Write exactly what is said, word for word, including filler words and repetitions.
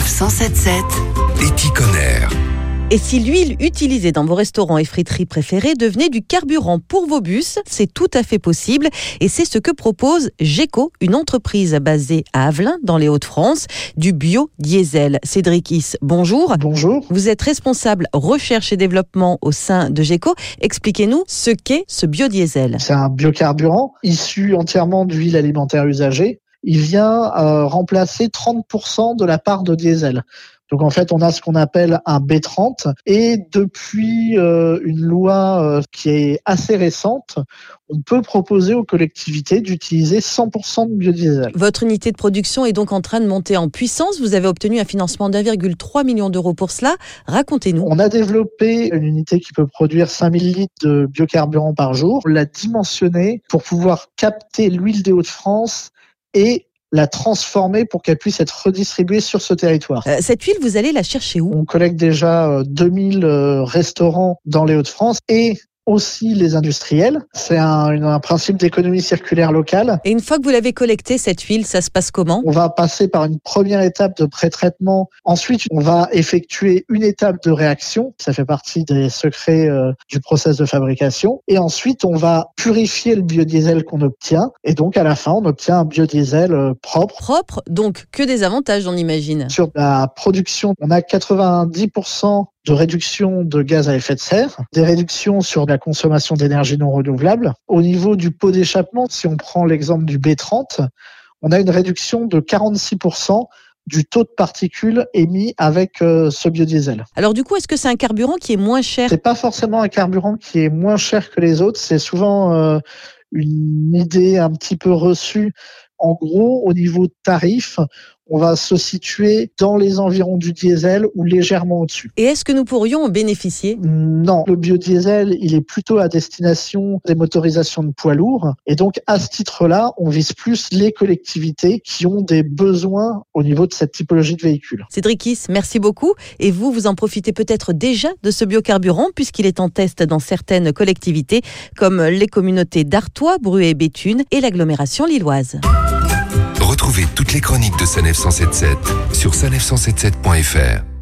Sanef cent sept virgule sept. Éticonner. Et si l'huile utilisée dans vos restaurants et friteries préférés devenait du carburant pour vos bus, c'est tout à fait possible. Et c'est ce que propose Geco, une entreprise basée à Avelin, dans les Hauts-de-France, du biodiesel. Cédric Is, bonjour. Bonjour. Vous êtes responsable recherche et développement au sein de Geco. Expliquez-nous ce qu'est ce biodiesel. C'est un biocarburant issu entièrement d'huile alimentaire usagée. Il vient euh, remplacer trente pour cent de la part de diesel. Donc en fait, on a ce qu'on appelle un B trente et depuis euh, une loi euh, qui est assez récente, on peut proposer aux collectivités d'utiliser cent pour cent de biodiesel. Votre unité de production est donc en train de monter en puissance. Vous avez obtenu un financement d'un virgule trois million d'euros pour cela. Racontez-nous. On a développé une unité qui peut produire cinq mille litres de biocarburant par jour. On l'a dimensionnée pour pouvoir capter l'huile des Hauts-de-France et la transformer pour qu'elle puisse être redistribuée sur ce territoire. Euh, cette huile, vous allez la chercher où ? On collecte déjà euh, deux mille euh, restaurants dans les Hauts-de-France et aussi les industriels. C'est un, un principe d'économie circulaire locale. Et une fois que vous l'avez collectée, cette huile, ça se passe comment ? On va passer par une première étape de pré-traitement. Ensuite, on va effectuer une étape de réaction. Ça fait partie des secrets euh, du process de fabrication. Et ensuite, on va purifier le biodiesel qu'on obtient. Et donc, à la fin, on obtient un biodiesel euh, propre. Propre, donc que des avantages, on imagine. Sur la production, on a quatre-vingt-dix pour cent de réduction de gaz à effet de serre, des réductions sur la consommation d'énergie non renouvelable. Au niveau du pot d'échappement, si on prend l'exemple du B trente, on a une réduction de quarante-six pour cent du taux de particules émis avec euh, ce biodiesel. Alors du coup, est-ce que c'est un carburant qui est moins cher ? C'est pas forcément un carburant qui est moins cher que les autres, c'est souvent euh, une idée un petit peu reçue. En gros, au niveau tarif, on va se situer dans les environs du diesel ou légèrement au-dessus. Et est-ce que nous pourrions en bénéficier ? Non, le biodiesel, il est plutôt à destination des motorisations de poids lourds. Et donc, à ce titre-là, on vise plus les collectivités qui ont des besoins au niveau de cette typologie de véhicule. Cédric Is, merci beaucoup. Et vous, vous en profitez peut-être déjà de ce biocarburant puisqu'il est en test dans certaines collectivités comme les communautés d'Artois, Bruay et Béthune et l'agglomération lilloise. Retrouvez toutes les chroniques de Sanef cent sept virgule sept sur sanef cent soixante-dix-sept point f r.